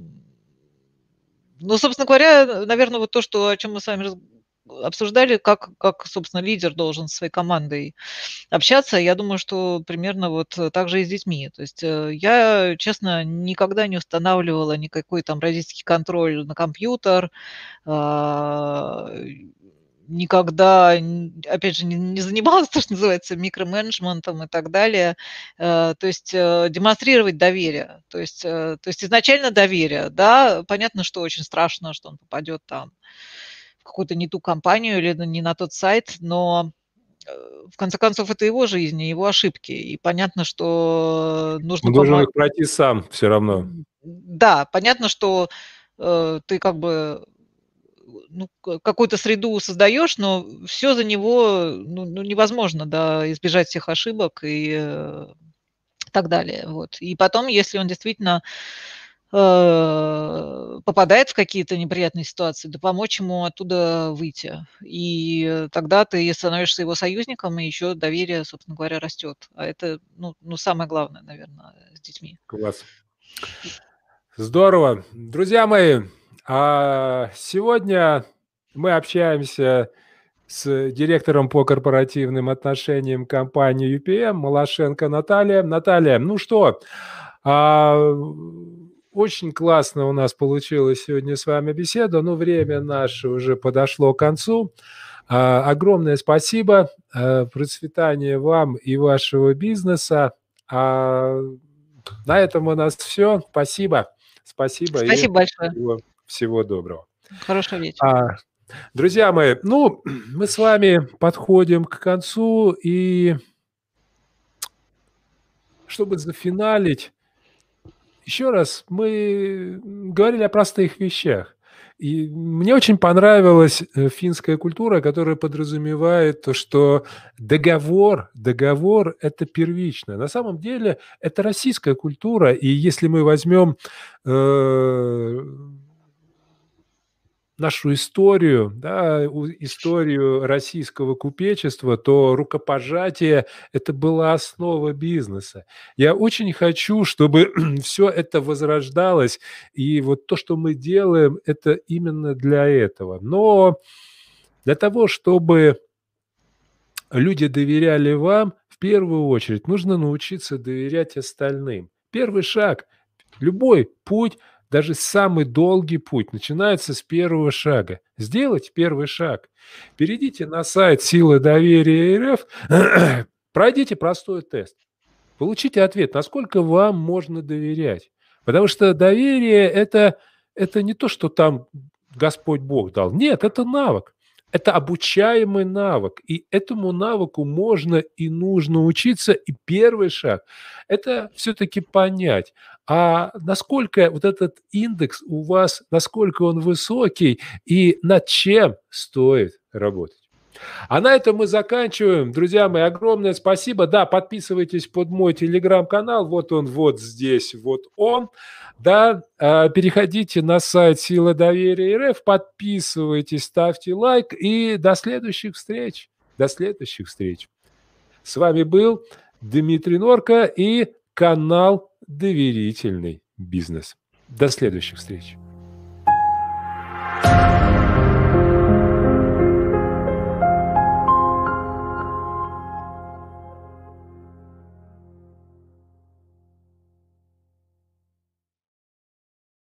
Ну, собственно говоря, наверно, вот то, что о чем мы с вами обсуждали, как, собственно, лидер должен со своей командой общаться. Я думаю, что примерно вот так же и с детьми. То есть, я, честно, никогда не устанавливала никакой там родительский контроль на компьютер, а, никогда, опять же, не занималась, то, что называется, микроменеджментом и так далее. То есть, демонстрировать доверие. То есть изначально доверие. Да, понятно, что очень страшно, что он попадет там в какую-то не ту компанию или не на тот сайт, но, в конце концов, это его жизнь и его ошибки. И понятно, что нужно Он должен их пройти сам все равно. Да, понятно, что, ты как бы, ну, какую-то среду создаешь, но все за него, ну, невозможно, да, избежать всех ошибок и, так далее. Вот. И потом, если он действительно, попадает в какие-то неприятные ситуации, то помочь ему оттуда выйти. И тогда ты становишься его союзником, и еще доверие, собственно говоря, растет. А это, ну, самое главное, наверное, с детьми. Класс. Здорово. Друзья мои, сегодня мы общаемся с директором по корпоративным отношениям компании UPM Малашенко Наталья. Наталья, ну что, а, очень классно у нас получилось сегодня с вами беседа, но время наше уже подошло к концу. Огромное спасибо, процветания вам и вашего бизнеса. А, На этом у нас все. Спасибо. Спасибо и Спасибо большое. всего доброго. Хорошего вечера. А, Друзья мои, ну, мы с вами подходим к концу, и чтобы зафиналить, еще раз, мы говорили о простых вещах. И мне очень понравилась финская культура, которая подразумевает то, что договор — это первично. На самом деле это российская культура, и если мы возьмем нашу историю, да, историю российского купечества, то рукопожатие — это была основа бизнеса. Я очень хочу, чтобы все это возрождалось, и вот то, что мы делаем, это именно для этого. Но для того, чтобы люди доверяли вам, в первую очередь нужно научиться доверять остальным. Первый шаг, любой путь, даже самый долгий путь, начинается с первого шага. Сделать первый шаг. Перейдите на сайт «Сила доверия РФ», пройдите простой тест. Получите ответ, насколько вам можно доверять. Потому что доверие — это не то, что там Господь Бог дал. Нет, это навык. Это обучаемый навык. И этому навыку можно и нужно учиться. И первый шаг — это все-таки понять, насколько вот этот индекс у вас, насколько он высокий и над чем стоит работать. А на этом мы заканчиваем. Друзья мои, огромное спасибо. Да, подписывайтесь под мой телеграм-канал. Вот он, вот здесь, вот он. Да, переходите на сайт «Сила доверия РФ», подписывайтесь, ставьте лайк. И до следующих встреч. До следующих встреч. С вами был Дмитрий Норка и канал «Доверительный бизнес». До следующих встреч.